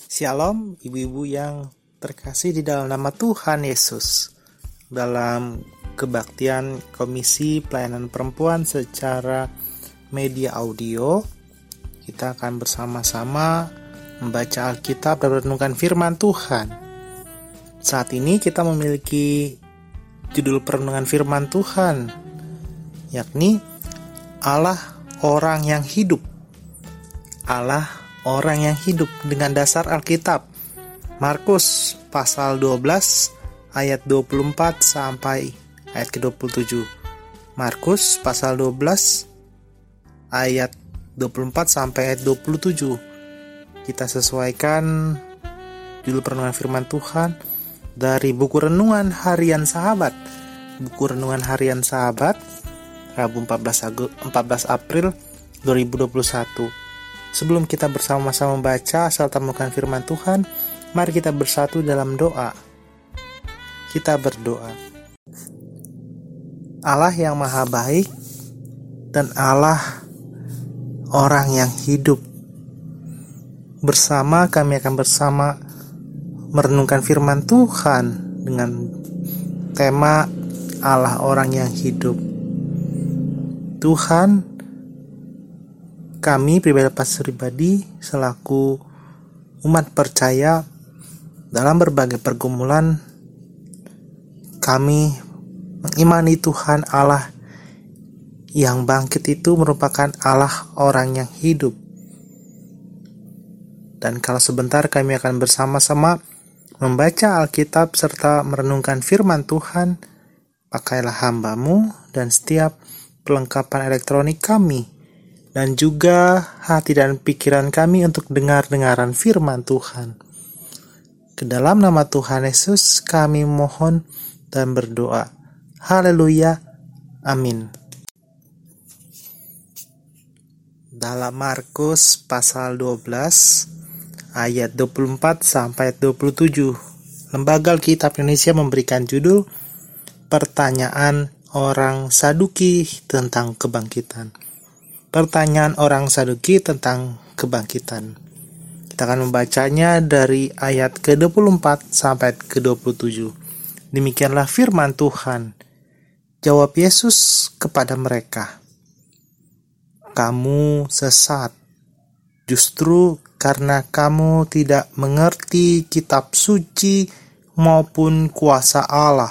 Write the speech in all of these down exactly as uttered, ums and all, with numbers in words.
Shalom ibu-ibu yang terkasih di dalam nama Tuhan Yesus. Dalam kebaktian Komisi Pelayanan Perempuan secara media audio, kita akan bersama-sama membaca Alkitab dan merenungkan firman Tuhan. Saat ini kita memiliki judul perenungan firman Tuhan, yakni Allah orang yang hidup. Allah orang yang hidup dengan dasar Alkitab. Markus pasal dua belas ayat dua puluh empat sampai ayat ke dua puluh tujuh. Markus pasal dua belas ayat dua puluh empat sampai ayat dua puluh tujuh. Kita sesuaikan judul perenungan firman Tuhan dari buku renungan harian sahabat. Buku renungan harian sahabat Rabu empat belas April dua ribu dua puluh satu. Sebelum kita bersama-sama membaca serta merenungkan firman Tuhan, mari kita bersatu dalam doa. Kita berdoa. Allah yang maha baik dan Allah orang yang hidup. Bersama kami akan bersama merenungkan firman Tuhan dengan tema Allah orang yang hidup. Tuhan, kami pribadi pastor pribadi selaku umat percaya dalam berbagai pergumulan, kami mengimani Tuhan Allah yang bangkit itu merupakan Allah orang yang hidup. Dan kalau sebentar kami akan bersama-sama membaca Alkitab serta merenungkan firman Tuhan, pakailah hamba-Mu dan setiap perlengkapan elektronik kami, dan juga hati dan pikiran kami untuk dengar-dengaran firman Tuhan. Ke dalam nama Tuhan Yesus kami mohon dan berdoa. Haleluya. Amin. Dalam Markus pasal dua belas ayat dua puluh empat sampai dua puluh tujuh, Lembaga Alkitab Indonesia memberikan judul Pertanyaan Orang Saduki tentang Kebangkitan. Pertanyaan orang Saduki tentang kebangkitan. Kita akan membacanya dari ayat ke dua puluh empat sampai ke dua puluh tujuh. Demikianlah firman Tuhan. Jawab Yesus kepada mereka, "Kamu sesat, justru karena kamu tidak mengerti kitab suci maupun kuasa Allah.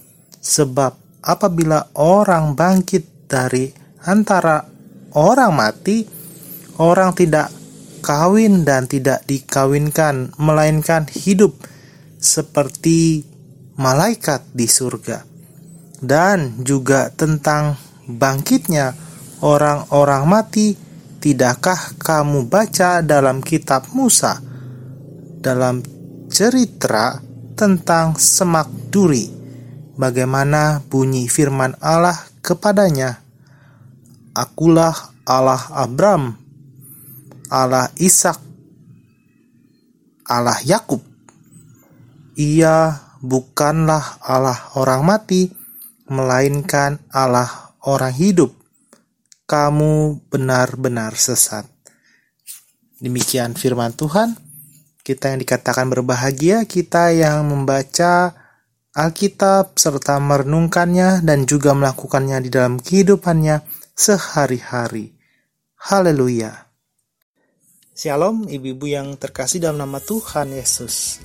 Sebab apabila orang bangkit dari antara orang mati, orang tidak kawin dan tidak dikawinkan, melainkan hidup seperti malaikat di surga. Dan juga tentang bangkitnya orang-orang mati, tidakkah kamu baca dalam kitab Musa, dalam cerita tentang semak duri, bagaimana bunyi firman Allah kepadanya? Akulah Allah Abram, Allah Ishak, Allah Yakub. Ia bukanlah Allah orang mati, melainkan Allah orang hidup. Kamu benar-benar sesat." Demikian firman Tuhan. Kita yang dikatakan berbahagia, kita yang membaca Alkitab serta merenungkannya dan juga melakukannya di dalam kehidupannya sehari-hari. Haleluya. Shalom ibu-ibu yang terkasih dalam nama Tuhan Yesus.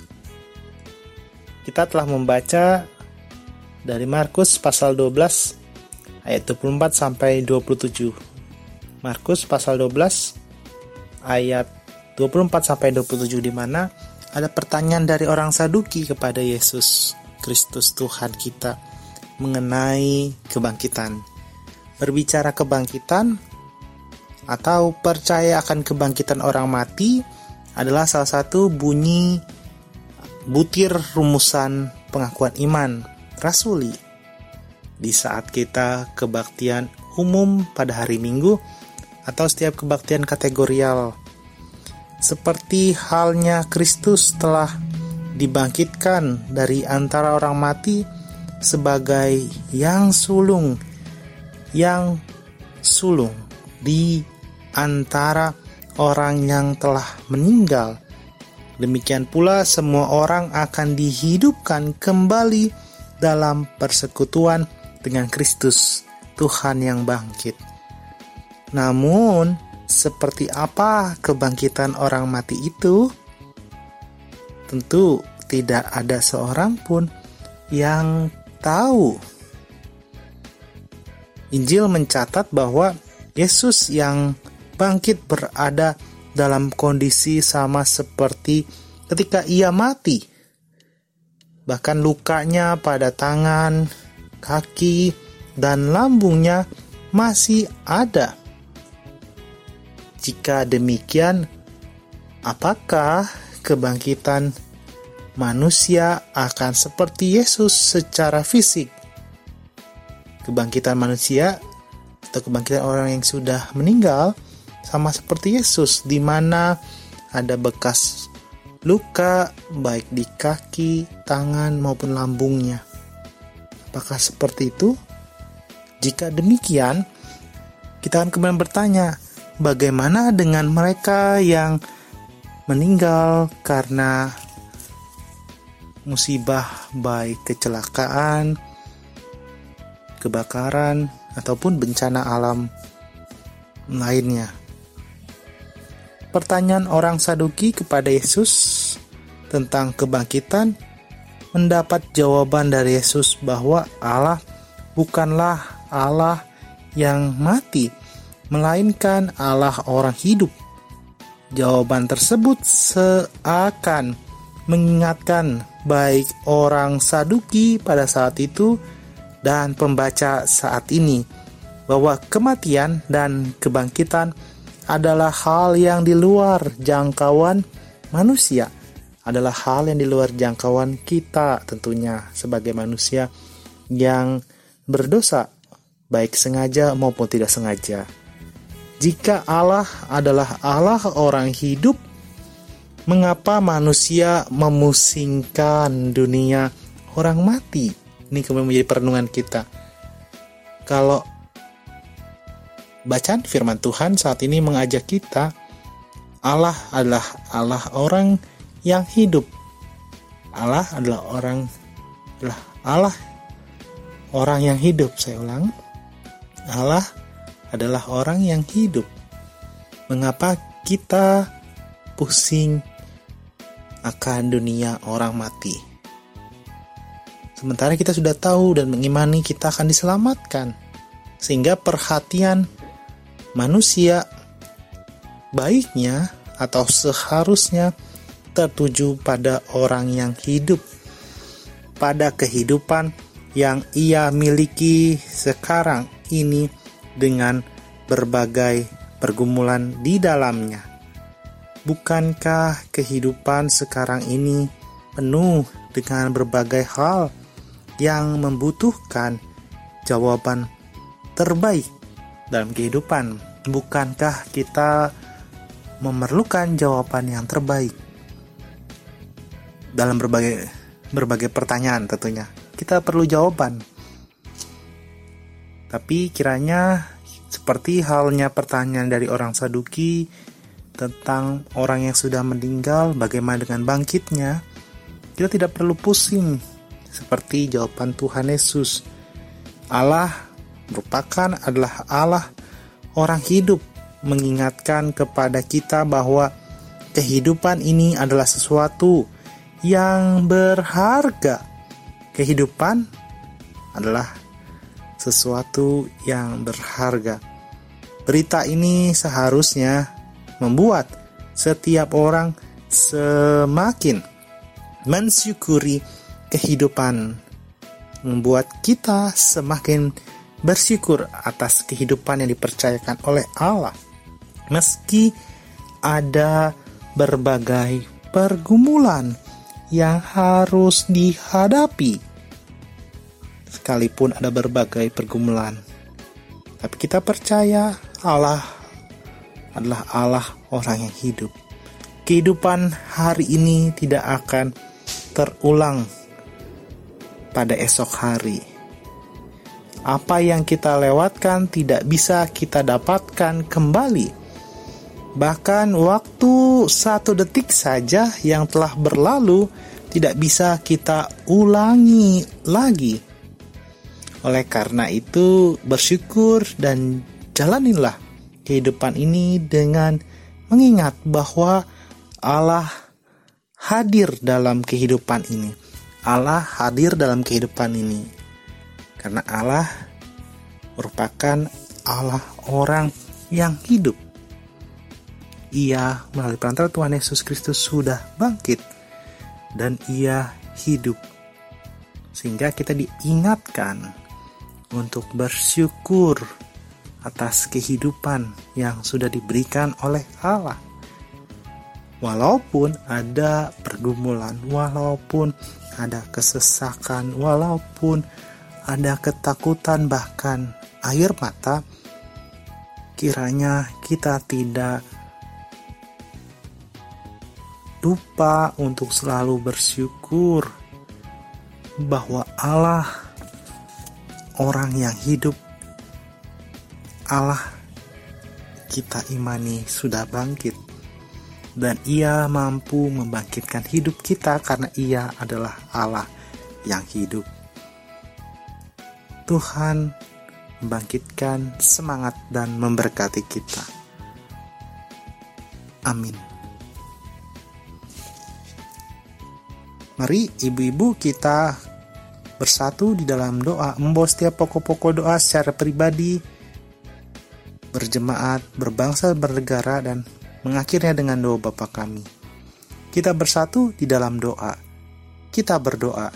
Kita telah membaca dari Markus pasal dua belas ayat dua puluh empat sampai dua puluh tujuh. Markus pasal dua belas ayat dua puluh empat sampai dua puluh tujuh, di mana ada pertanyaan dari orang Saduki kepada Yesus Kristus Tuhan kita mengenai kebangkitan. Berbicara kebangkitan atau percaya akan kebangkitan orang mati adalah salah satu bunyi butir rumusan pengakuan iman rasuli. Di saat kita kebaktian umum pada hari Minggu atau setiap kebaktian kategorial, seperti halnya Kristus telah dibangkitkan dari antara orang mati sebagai yang sulung yang sulung di antara orang yang telah meninggal, Demikian pula semua orang akan dihidupkan kembali dalam persekutuan dengan Kristus, Tuhan yang bangkit. Namun, seperti apa kebangkitan orang mati itu? Tentu tidak ada seorang pun yang tahu. Injil mencatat bahwa Yesus yang bangkit berada dalam kondisi sama seperti ketika ia mati. Bahkan lukanya pada tangan, kaki, dan lambungnya masih ada. Jika demikian, apakah kebangkitan manusia akan seperti Yesus secara fisik? Kebangkitan manusia atau kebangkitan orang yang sudah meninggal sama seperti Yesus, di mana ada bekas luka baik di kaki, tangan maupun lambungnya. Apakah seperti itu? Jika demikian, kita akan kemudian bertanya, bagaimana dengan mereka yang meninggal karena musibah baik kecelakaan, kebakaran, ataupun bencana alam lainnya? Pertanyaan orang Saduki kepada Yesus tentang kebangkitan mendapat jawaban dari Yesus bahwa Allah bukanlah Allah yang mati, melainkan Allah orang hidup. Jawaban tersebut seakan mengingatkan baik orang Saduki pada saat itu dan pembaca saat ini bahwa kematian dan kebangkitan adalah hal yang di luar jangkauan manusia, adalah hal yang di luar jangkauan kita tentunya sebagai manusia yang berdosa, baik sengaja maupun tidak sengaja. Jika Allah adalah Allah orang hidup, mengapa manusia memusingkan dunia orang mati? Ini kemudian menjadi perenungan kita. Kalau bacaan firman Tuhan saat ini mengajak kita, Allah adalah Allah orang yang hidup. Allah adalah orang adalah Allah orang yang hidup. Saya ulang. Allah adalah orang yang hidup. Mengapa kita pusing akan dunia orang mati? Sementara kita sudah tahu dan mengimani kita akan diselamatkan. Sehingga perhatian manusia baiknya atau seharusnya tertuju pada orang yang hidup, pada kehidupan yang ia miliki sekarang ini dengan berbagai pergumulan di dalamnya. Bukankah kehidupan sekarang ini penuh dengan berbagai hal yang membutuhkan jawaban terbaik dalam kehidupan? Bukankah kita memerlukan jawaban yang terbaik dalam berbagai berbagai pertanyaan? Tentunya kita perlu jawaban. Tapi kiranya seperti halnya pertanyaan dari orang Saduki tentang orang yang sudah meninggal, bagaimana dengan bangkitnya, kita tidak perlu pusing seperti jawaban Tuhan Yesus. Allah merupakan adalah Allah orang hidup, mengingatkan kepada kita bahwa kehidupan ini adalah sesuatu yang berharga. Kehidupan adalah sesuatu yang berharga. Berita ini seharusnya membuat setiap orang semakin mensyukuri kehidupan, membuat kita semakin bersyukur atas kehidupan yang dipercayakan oleh Allah. Meski ada berbagai pergumulan yang harus dihadapi, sekalipun ada berbagai pergumulan, tapi kita percaya Allah adalah Allah orang yang hidup. Kehidupan hari ini tidak akan terulang pada esok hari. Apa yang kita lewatkan tidak bisa kita dapatkan kembali. Bahkan waktu satu detik saja yang telah berlalu tidak bisa kita ulangi lagi. Oleh karena itu, bersyukur dan jalanilah kehidupan ini dengan mengingat bahwa Allah hadir dalam kehidupan ini. Allah hadir dalam kehidupan ini. Karena Allah merupakan Allah orang yang hidup. Ia melalui perantara Tuhan Yesus Kristus sudah bangkit dan ia hidup. Sehingga kita diingatkan untuk bersyukur atas kehidupan yang sudah diberikan oleh Allah. Walaupun ada pergumulan, walaupun ada kesesakan, walaupun ada ketakutan, bahkan air mata, kiranya kita tidak lupa untuk selalu bersyukur bahwa Allah orang yang hidup, Allah kita imani sudah bangkit dan ia mampu membangkitkan hidup kita karena ia adalah Allah yang hidup. Tuhan membangkitkan semangat dan memberkati kita. Amin. Mari ibu-ibu kita bersatu di dalam doa, membawa setiap pokok-pokok doa secara pribadi, berjemaat, berbangsa, bernegara, dan mengakhirnya dengan doa Bapa kami. Kita bersatu di dalam doa. Kita berdoa.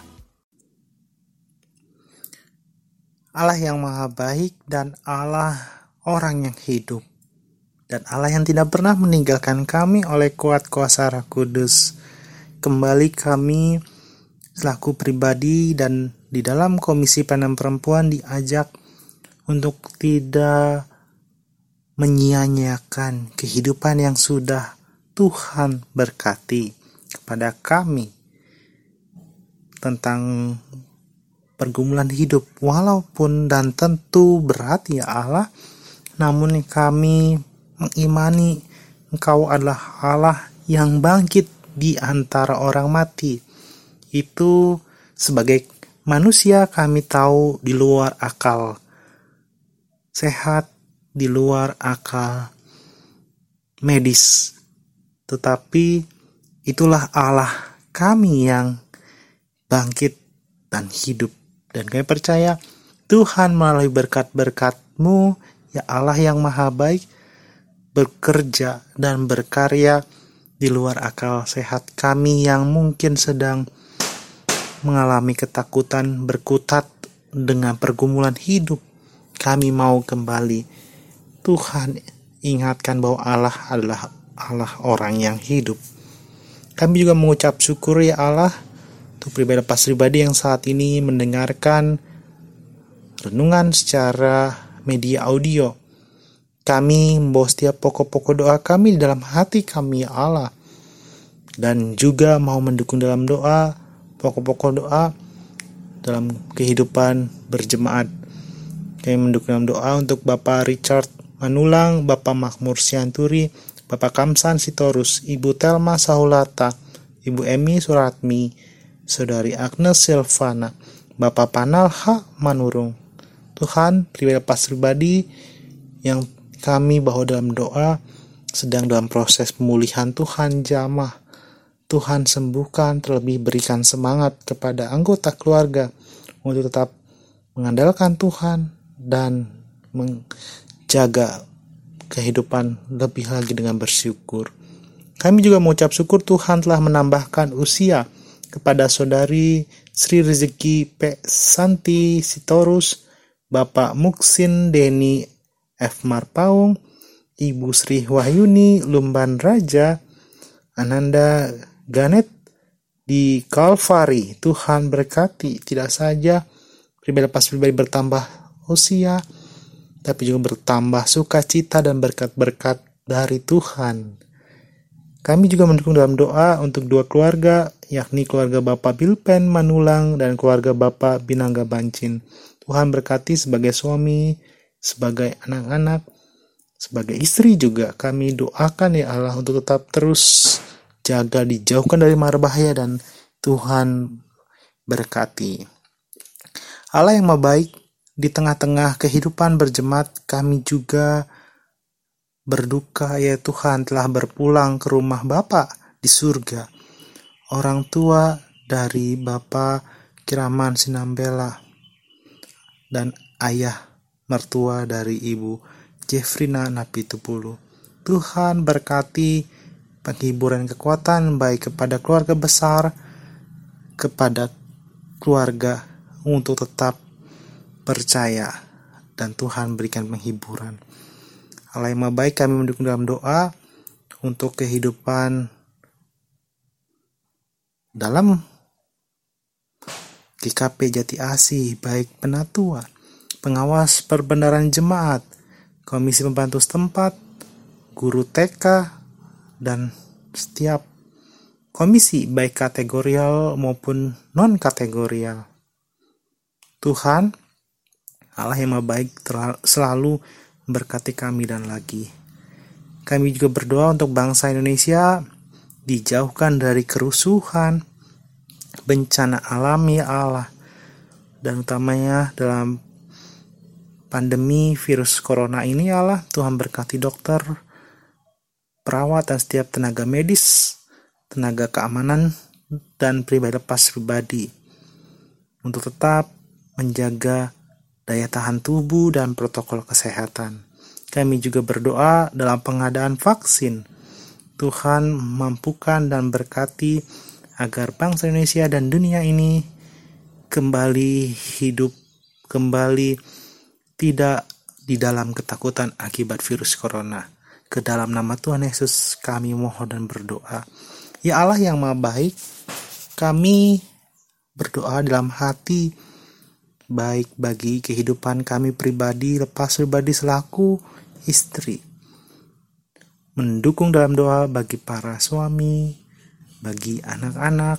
Allah yang maha baik dan Allah orang yang hidup, dan Allah yang tidak pernah meninggalkan kami oleh kuat kuasa Roh Kudus. Kembali kami selaku pribadi dan di dalam Komisi Pemberdayaan Perempuan diajak untuk tidak menyia-nyiakan kehidupan yang sudah Tuhan berkati kepada kami tentang pergumulan hidup, walaupun dan tentu berat ya Allah, namun kami mengimani Engkau adalah Allah yang bangkit di antara orang mati. Itu sebagai manusia kami tahu di luar akal sehat, di luar akal medis. Tetapi itulah Allah kami yang bangkit dan hidup. Dan kami percaya Tuhan melalui berkat-berkat-Mu, ya Allah yang maha baik, bekerja dan berkarya di luar akal sehat kami yang mungkin sedang mengalami ketakutan, berkutat dengan pergumulan hidup. Kami mau kembali. Tuhan ingatkan bahwa Allah adalah Allah orang yang hidup. Kami juga mengucap syukur ya Allah untuk pribadi lepas pribadi yang saat ini mendengarkan renungan secara media audio. Kami membawa setiap pokok-pokok doa kami di dalam hati kami ya Allah. Dan juga mau mendukung dalam doa, pokok-pokok doa dalam kehidupan berjemaat. Kami mendukung dalam doa untuk Bapak Richard Manulang, Bapak Makmur Sianturi, Bapak Kamsan Sitorus, Ibu Telma Sahulata, Ibu Emi Suratmi, Saudari Agnes Silvana, Bapak Panal H. Manurung. Tuhan, pribadi lepas pribadi yang kami bawa dalam doa sedang dalam proses pemulihan, Tuhan jamah, Tuhan sembuhkan, terlebih berikan semangat kepada anggota keluarga untuk tetap mengandalkan Tuhan dan menjaga kehidupan lebih lagi dengan bersyukur. Kami juga mengucap syukur Tuhan telah menambahkan usia kepada Saudari Sri Rezeki P. Santi Sitorus, Bapak Muksin Deni F. Marpaung, Ibu Sri Wahyuni Lumban Raja, Ananda Ganet di Kalvari. Tuhan berkati tidak saja pribadi lepas pribadi bertambah usia, tapi juga bertambah sukacita dan berkat-berkat dari Tuhan. Kami juga mendukung dalam doa untuk dua keluarga, yakni keluarga Bapak Bilpen Manulang dan keluarga Bapak Binangga Bancin. Tuhan berkati sebagai suami, sebagai anak-anak, Sebagai istri juga kami doakan ya Allah untuk tetap terus jaga, dijauhkan dari mara bahaya, dan Tuhan berkati. Allah yang Maha Baik, di tengah-tengah kehidupan berjemaat kami juga berduka ya Tuhan telah berpulang ke rumah Bapa di surga. Orang tua dari Bapa Kiraman Sinambela dan ayah mertua dari Ibu Jeffrina Napitupulu. Tuhan berkati penghiburan kekuatan baik kepada keluarga besar, kepada keluarga untuk tetap percaya, dan Tuhan berikan penghiburan. Allah yang Maha Baik, kami mendukung dalam doa untuk kehidupan dalam G K P Jati Asih, baik penatua, pengawas perbendaharaan jemaat, komisi pembantu setempat, guru T K, dan setiap komisi baik kategorial maupun non-kategorial. Tuhan, Allah yang Maha Baik selalu berkati kami dan lagi. Kami juga berdoa untuk bangsa Indonesia dijauhkan dari kerusuhan, bencana alami ya Allah, dan utamanya dalam pandemi virus corona ini ya Allah. Tuhan berkati dokter, perawat, dan setiap tenaga medis, tenaga keamanan, dan pribadi lepas pribadi untuk tetap menjaga daya tahan tubuh dan protokol kesehatan. Kami juga berdoa dalam pengadaan vaksin. Tuhan mampukan dan berkati agar bangsa Indonesia dan dunia ini kembali hidup, kembali tidak di dalam ketakutan akibat virus corona. Ke dalam nama Tuhan Yesus kami mohon dan berdoa. Ya Allah yang Maha Baik, kami berdoa dalam hati, baik bagi kehidupan kami pribadi, lepas pribadi selaku istri. Mendukung dalam doa bagi para suami, bagi anak-anak,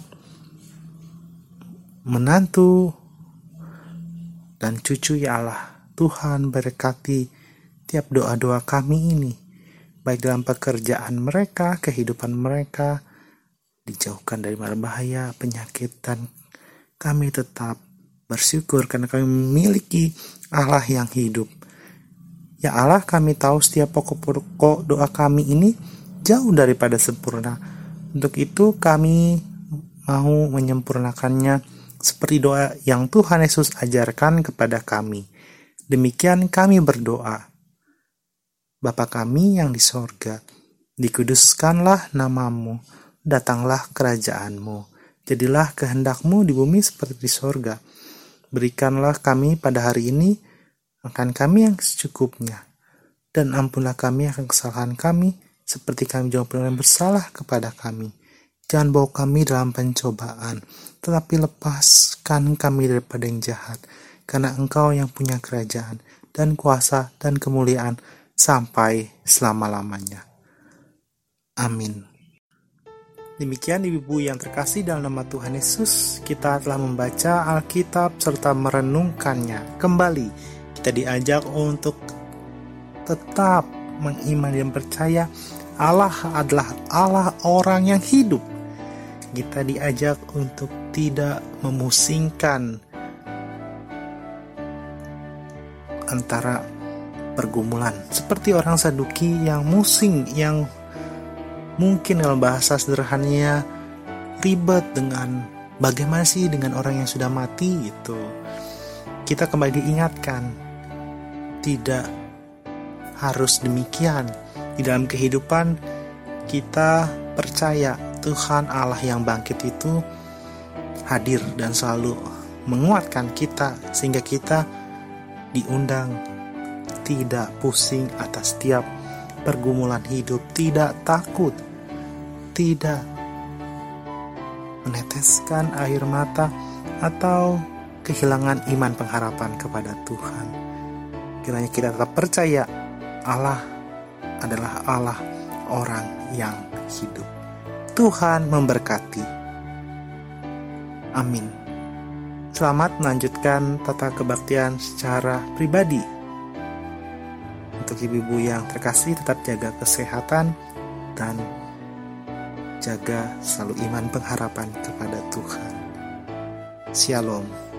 menantu, dan cucu ya Allah. Tuhan berkati tiap doa-doa kami ini, baik dalam pekerjaan mereka, kehidupan mereka, dijauhkan dari mara bahaya, penyakit, dan kami tetap bersyukur karena kami memiliki Allah yang hidup. Ya Allah, kami tahu setiap pokok-pokok doa kami ini jauh daripada sempurna. Untuk itu kami mau menyempurnakannya seperti doa yang Tuhan Yesus ajarkan kepada kami. Demikian kami berdoa. Bapa kami yang di sorga, dikuduskanlah namamu, datanglah kerajaanmu, jadilah kehendakmu di bumi seperti di sorga. Berikanlah kami pada hari ini akan kami yang secukupnya, dan ampunlah kami akan kesalahan kami, seperti kami juga pernah bersalah kepada kami. Jangan bawa kami dalam pencobaan, tetapi lepaskan kami daripada yang jahat, karena Engkau yang punya kerajaan, dan kuasa, dan kemuliaan, sampai selama-lamanya. Amin. Demikian ibu-ibu yang terkasih dalam nama Tuhan Yesus, kita telah membaca Alkitab serta merenungkannya kembali. Kita diajak untuk tetap mengimani dan percaya Allah adalah Allah orang yang hidup. Kita diajak untuk tidak memusingkan antara pergumulan. Seperti orang Saduki yang musing, yang mungkin dalam bahasa sederhananya ribet dengan bagaimana sih dengan orang yang sudah mati gitu. Kita kembali diingatkan, tidak harus demikian. Di dalam kehidupan kita percaya Tuhan Allah yang bangkit itu hadir dan selalu menguatkan kita, sehingga kita diundang tidak pusing atas setiap pergumulan hidup, tidak takut, tidak meneteskan air mata atau kehilangan iman pengharapan kepada Tuhan. Kiranya kita tetap percaya Allah adalah Allah orang yang hidup. Tuhan memberkati. Amin. Selamat melanjutkan tata kebaktian secara pribadi. Untuk ibu-ibu yang terkasih, tetap jaga kesehatan dan jaga selalu iman pengharapan kepada Tuhan. Shalom.